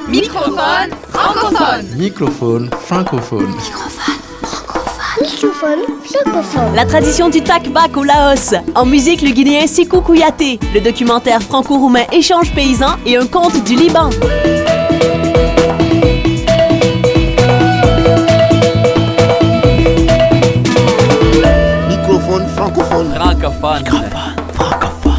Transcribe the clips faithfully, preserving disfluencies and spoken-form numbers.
Microphone francophone. Microphone francophone. Microphone francophone. La tradition du tak-bak au Laos. En musique, le Guinéen Sékou Kouyaté, le documentaire franco-roumain Échange paysan et un conte du Liban. Microphone francophone. Francophone. Microphone francophone.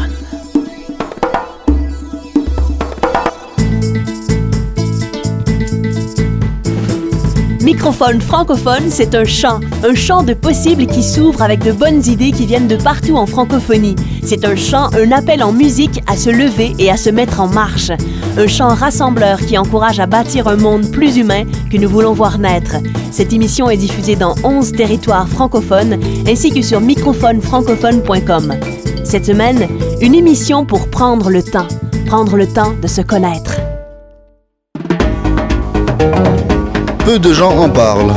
Microphone francophone, c'est un champ, un champ de possibles qui s'ouvre avec de bonnes idées qui viennent de partout en francophonie. C'est un chant, un appel en musique à se lever et à se mettre en marche. Un chant rassembleur qui encourage à bâtir un monde plus humain que nous voulons voir naître. Cette émission est diffusée dans onze territoires francophones ainsi que sur microphone francophone point com. Cette semaine, une émission pour prendre le temps, prendre le temps de se connaître. Peu de gens en parlent.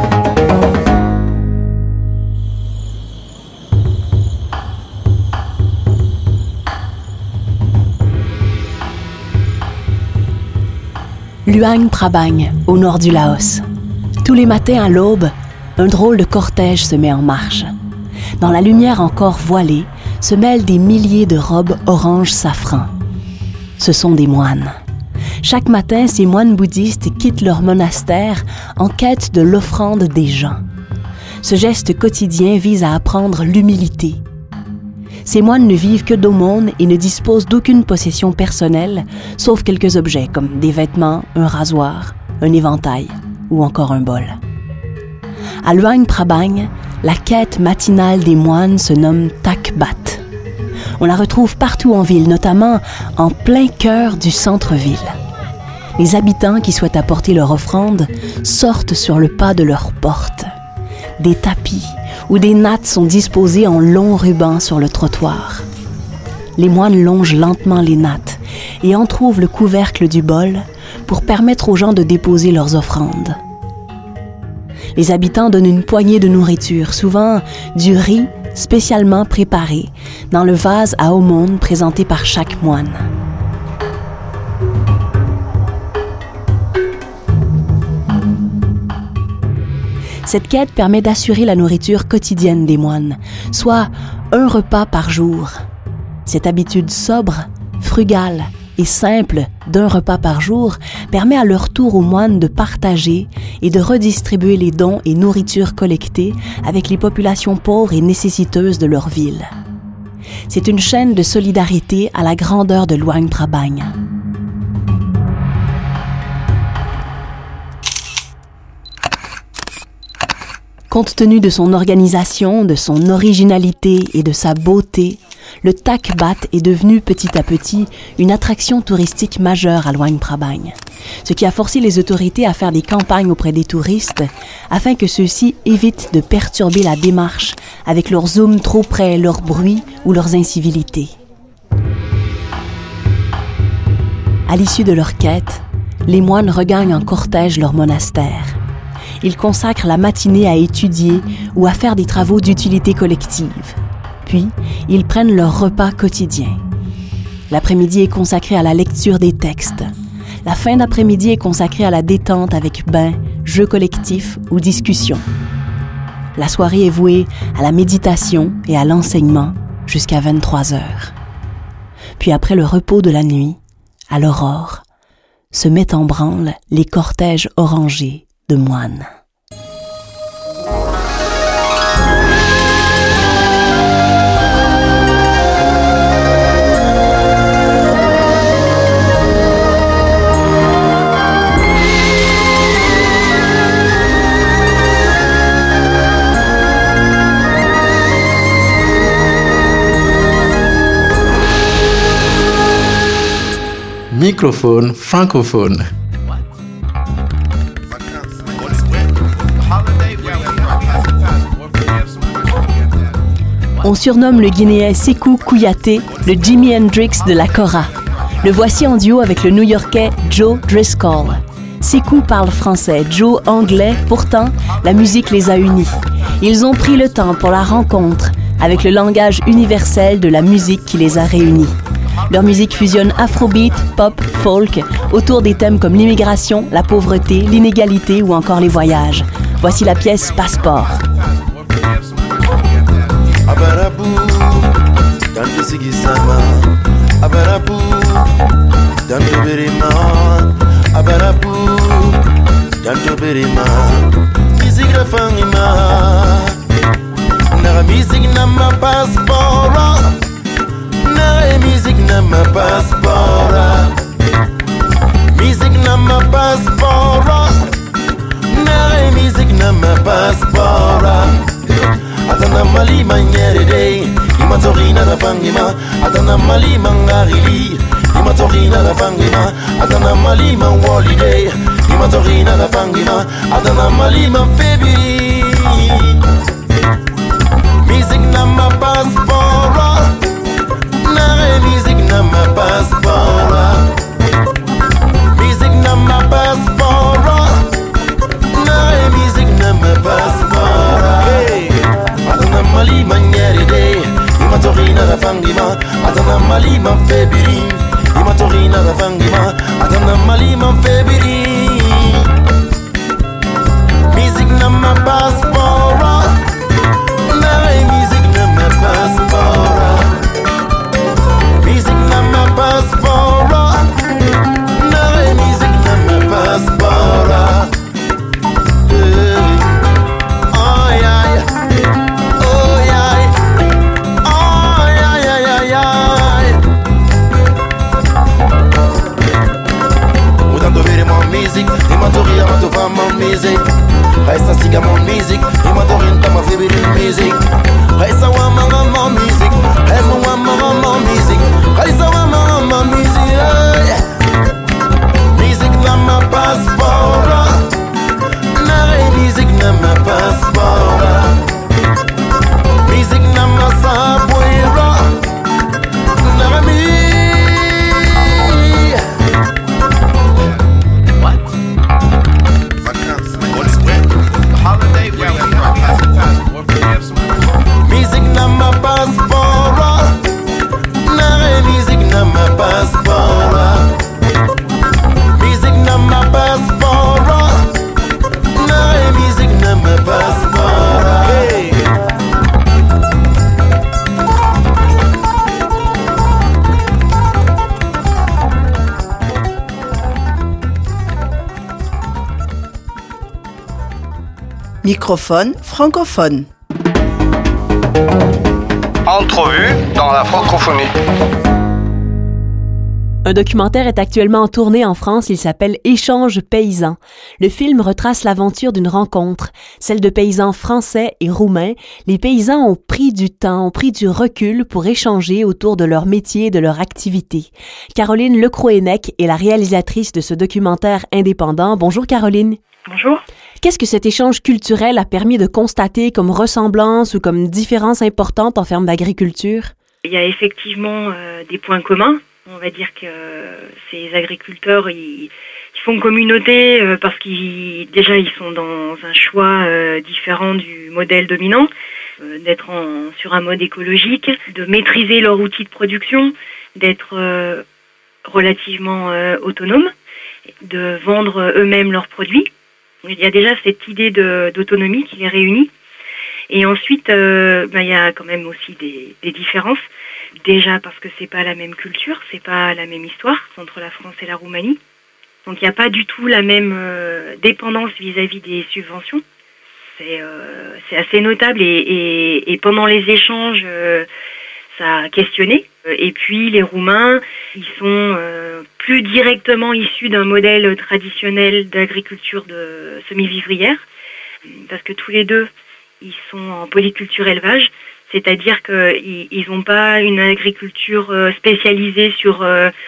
Luang Prabang, au nord du Laos. Tous les matins à l'aube, un drôle de cortège se met en marche. Dans la lumière encore voilée, se mêlent des milliers de robes orange safran. Ce sont des moines. Chaque matin, ces moines bouddhistes quittent leur monastère en quête de l'offrande des gens. Ce geste quotidien vise à apprendre l'humilité. Ces moines ne vivent que d'aumônes et ne disposent d'aucune possession personnelle, sauf quelques objets comme des vêtements, un rasoir, un éventail ou encore un bol. À Luang Prabang, la quête matinale des moines se nomme tak-bat. On la retrouve partout en ville, notamment en plein cœur du centre-ville. Les habitants qui souhaitent apporter leur offrande sortent sur le pas de leur porte. Des tapis ou des nattes sont disposés en longs rubans sur le trottoir. Les moines longent lentement les nattes et entrouvent le couvercle du bol pour permettre aux gens de déposer leurs offrandes. Les habitants donnent une poignée de nourriture, souvent du riz spécialement préparé, dans le vase à aumône présenté par chaque moine. Cette quête permet d'assurer la nourriture quotidienne des moines, soit un repas par jour. Cette habitude sobre, frugale et simple d'un repas par jour permet à leur tour aux moines de partager et de redistribuer les dons et nourritures collectées avec les populations pauvres et nécessiteuses de leur ville. C'est une chaîne de solidarité à la grandeur de Luang Prabang. Compte tenu de son organisation, de son originalité et de sa beauté, le tak-bat est devenu petit à petit une attraction touristique majeure à Luang Prabang, ce qui a forcé les autorités à faire des campagnes auprès des touristes afin que ceux-ci évitent de perturber la démarche avec leur zoom trop près, leur bruit ou leurs incivilités. À l'issue de leur quête, les moines regagnent en cortège leur monastère. Ils consacrent la matinée à étudier ou à faire des travaux d'utilité collective. Puis, ils prennent leur repas quotidien. L'après-midi est consacré à la lecture des textes. La fin d'après-midi est consacrée à la détente avec bain, jeux collectifs ou discussions. La soirée est vouée à la méditation et à l'enseignement jusqu'à vingt-trois heures. Puis après le repos de la nuit, à l'aurore, se mettent en branle les cortèges orangés de moines. Microphone francophone. On surnomme le Guinéen Sékou Kouyaté le Jimi Hendrix de la Kora. Le voici en duo avec le New-Yorkais Joe Driscoll. Sékou parle français, Joe anglais, pourtant, la musique les a unis. Ils ont pris le temps pour la rencontre avec le langage universel de la musique qui les a réunis. Leur musique fusionne afrobeat, pop, folk, autour des thèmes comme l'immigration, la pauvreté, l'inégalité ou encore les voyages. Voici la pièce Passeport. Nara music na ma passport, nara music na ma passport, music na ma passport, nara music na ma passport. Atana mali manyere day, imatorina na fangima. Atana mali mangarili, imatorina na fangima. Atana mali man holiday, imatorina na fangima. Atana mali man febi. Music na ma passport, nare music na ma passport, music na ma passport, nare music na ma passport. Hey, atana mali manyere day, imatorina na fangima. Atana mali man febiri, imatorina na fangima. Atana mali man febiri. Music na ma passport. Music na ma passport, music na ma passport, na music na ma passport. Oh yeah, oh yeah, oh yeah, yeah, yeah, yeah. Mutanto vere mon music, imatori amato fa mon music. Resta siga mon music, imatori ta ma favorite music. Resta wa ma ma music, resta wa ma ma music, resta wa ma ma music. Music na ma passport, na music na ma passport, music na ma subway, na mi. What? Holiday where we music na ma passport, na music na ma passport, music na ma passport, na music na ma passport. Hey. Microphone francophone. Entrevue dans la francophonie. Un documentaire est actuellement en tournée en France, il s'appelle Échanges paysans. Le film retrace l'aventure d'une rencontre, celle de paysans français et roumains. Les paysans ont pris du temps, ont pris du recul pour échanger autour de leur métier et de leur activité. Caroline Lecroenec est la réalisatrice de ce documentaire indépendant. Bonjour Caroline. Bonjour. Qu'est-ce que cet échange culturel a permis de constater comme ressemblance ou comme différence importante en termes d'agriculture? Il y a effectivement euh, des points communs. On va dire que euh, ces agriculteurs, ils, ils font communauté euh, parce qu'ils déjà ils sont dans un choix euh, différent du modèle dominant, euh, d'être en, sur un mode écologique, de maîtriser leur outil de production, d'être euh, relativement euh, autonomes, de vendre eux-mêmes leurs produits. Il y a déjà cette idée de, d'autonomie qui les réunit. Et ensuite, euh, ben, il y a quand même aussi des, des différences. Déjà parce que c'est pas la même culture, c'est pas la même histoire entre la France et la Roumanie. Donc il n'y a pas du tout la même euh, dépendance vis-à-vis des subventions. C'est, euh, c'est assez notable et, et, et pendant les échanges, euh, ça a questionné. Et puis les Roumains, ils sont euh, plus directement issus d'un modèle traditionnel d'agriculture de semi-vivrière, parce que tous les deux, ils sont en polyculture élevage, c'est-à-dire qu'ils n'ont pas une agriculture spécialisée sur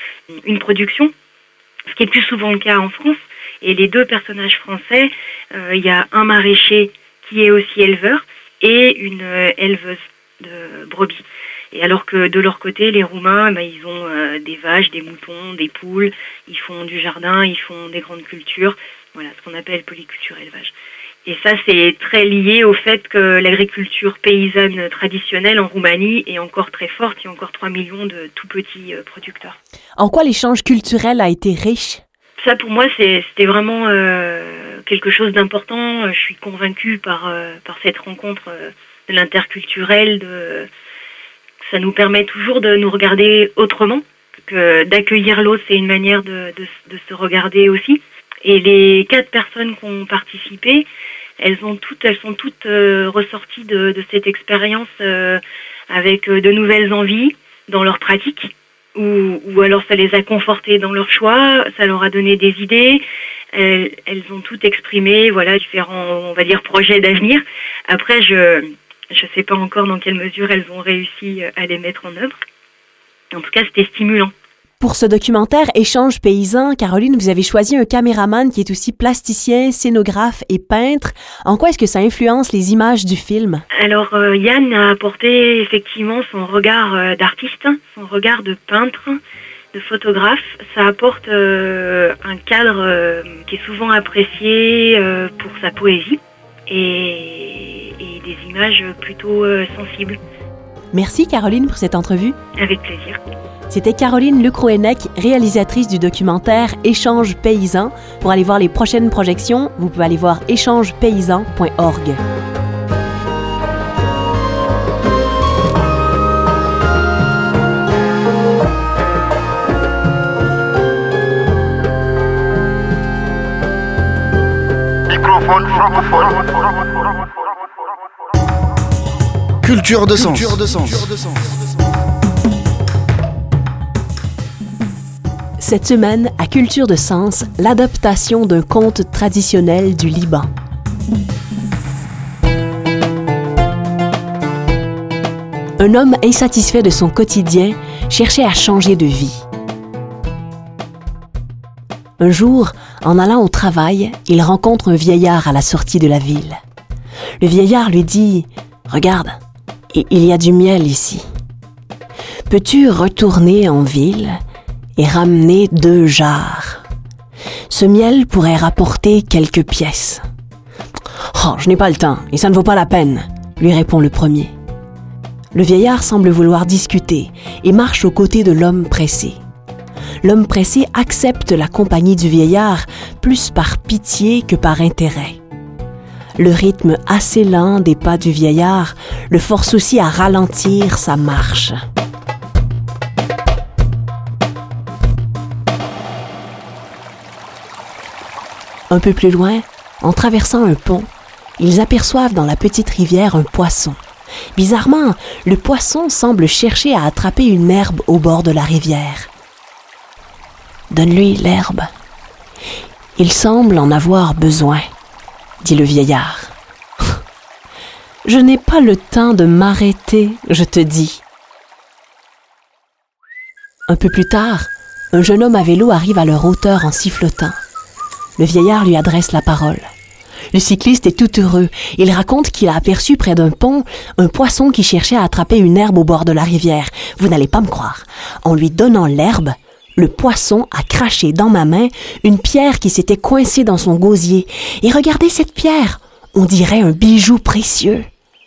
une production, ce qui est plus souvent le cas en France. Et les deux personnages français, euh, il y a un maraîcher qui est aussi éleveur et une euh, éleveuse de brebis. Et alors que de leur côté, les Roumains, ben, ils ont euh, des vaches, des moutons, des poules, ils font du jardin, ils font des grandes cultures, voilà, ce qu'on appelle polyculture élevage. Et ça, c'est très lié au fait que l'agriculture paysanne traditionnelle en Roumanie est encore très forte. Il y a encore trois millions de tout petits euh, producteurs. En quoi l'échange culturel a été riche? Ça, pour moi, c'est, c'était vraiment euh, quelque chose d'important. Je suis convaincue par, euh, par cette rencontre euh, de l'interculturel. De... Ça nous permet toujours de nous regarder autrement. Que d'accueillir l'autre, c'est une manière de, de, de se regarder aussi. Et les quatre personnes qui ont participé, elles, ont toutes, elles sont toutes euh, ressorties de, de cette expérience euh, avec euh, de nouvelles envies dans leur pratique. Ou, ou alors ça les a confortées dans leur choix, ça leur a donné des idées, elles, elles ont toutes exprimé, voilà, différents, on va dire, projets d'avenir. Après, je je sais pas encore dans quelle mesure elles ont réussi à les mettre en œuvre. En tout cas, c'était stimulant. Pour ce documentaire Échange paysan, Caroline, vous avez choisi un caméraman qui est aussi plasticien, scénographe et peintre. En quoi est-ce que ça influence les images du film? Alors, euh, Yann a apporté effectivement son regard euh, d'artiste, son regard de peintre, de photographe. Ça apporte euh, un cadre euh, qui est souvent apprécié euh, pour sa poésie et, et des images plutôt euh, sensibles. Merci Caroline pour cette entrevue. Avec plaisir. C'était Caroline Lecroenec, réalisatrice du documentaire Échange paysan. Pour aller voir les prochaines projections, vous pouvez aller voir échange paysan point org. Microphone francophone. Culture de sens. Culture de sens. Cette semaine, à Culture de Sens, l'adaptation d'un conte traditionnel du Liban. Un homme insatisfait de son quotidien cherchait à changer de vie. Un jour, en allant au travail, il rencontre un vieillard à la sortie de la ville. Le vieillard lui dit « Regarde, il y a du miel ici. Peux-tu retourner en ville ?» et ramener deux jarres. Ce miel pourrait rapporter quelques pièces. « Oh, je n'ai pas le temps, et ça ne vaut pas la peine, » lui répond le premier. Le vieillard semble vouloir discuter et marche aux côtés de l'homme pressé. L'homme pressé accepte la compagnie du vieillard plus par pitié que par intérêt. Le rythme assez lent des pas du vieillard le force aussi à ralentir sa marche. Un peu plus loin, en traversant un pont, ils aperçoivent dans la petite rivière un poisson. Bizarrement, le poisson semble chercher à attraper une herbe au bord de la rivière. « Donne-lui l'herbe. Il semble en avoir besoin, » dit le vieillard. « Je n'ai pas le temps de m'arrêter, je te dis. » Un peu plus tard, un jeune homme à vélo arrive à leur hauteur en sifflotant. Le vieillard lui adresse la parole. Le cycliste est tout heureux. Il raconte qu'il a aperçu près d'un pont un poisson qui cherchait à attraper une herbe au bord de la rivière. Vous n'allez pas me croire. En lui donnant l'herbe, le poisson a craché dans ma main une pierre qui s'était coincée dans son gosier. Et regardez cette pierre, on dirait un bijou précieux.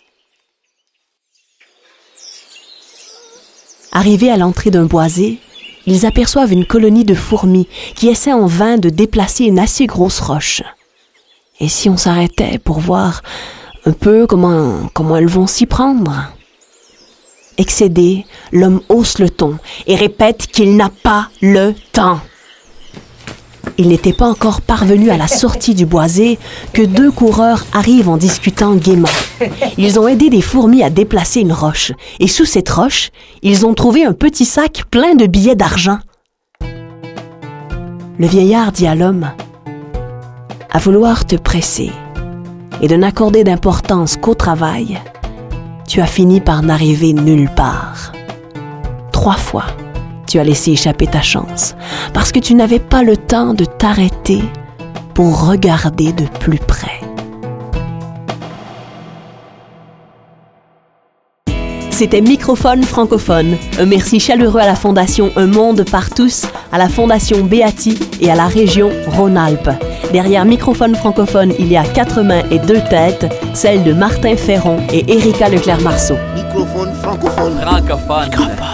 Arrivés à l'entrée d'un boisé, ils aperçoivent une colonie de fourmis qui essaient en vain de déplacer une assez grosse roche. Et si on s'arrêtait pour voir un peu comment, comment elles vont s'y prendre? Excédé, l'homme hausse le ton et répète qu'il n'a pas le temps. Il n'était pas encore parvenu à la sortie du boisé que deux coureurs arrivent en discutant gaiement. Ils ont aidé des fourmis à déplacer une roche. Et sous cette roche, ils ont trouvé un petit sac plein de billets d'argent. Le vieillard dit à l'homme, « À vouloir te presser et de n'accorder d'importance qu'au travail, tu as fini par n'arriver nulle part. Trois fois, tu as laissé échapper ta chance parce que tu n'avais pas le temps de t'arrêter pour regarder de plus près. » C'était Microphone francophone. Un merci chaleureux à la Fondation Un Monde par tous, à la Fondation Beati et à la région Rhône-Alpes. Derrière Microphone francophone, il y a quatre mains et deux têtes, celles de Martin Ferron et Erika Leclerc-Marceau. Microphone francophone. Francophone.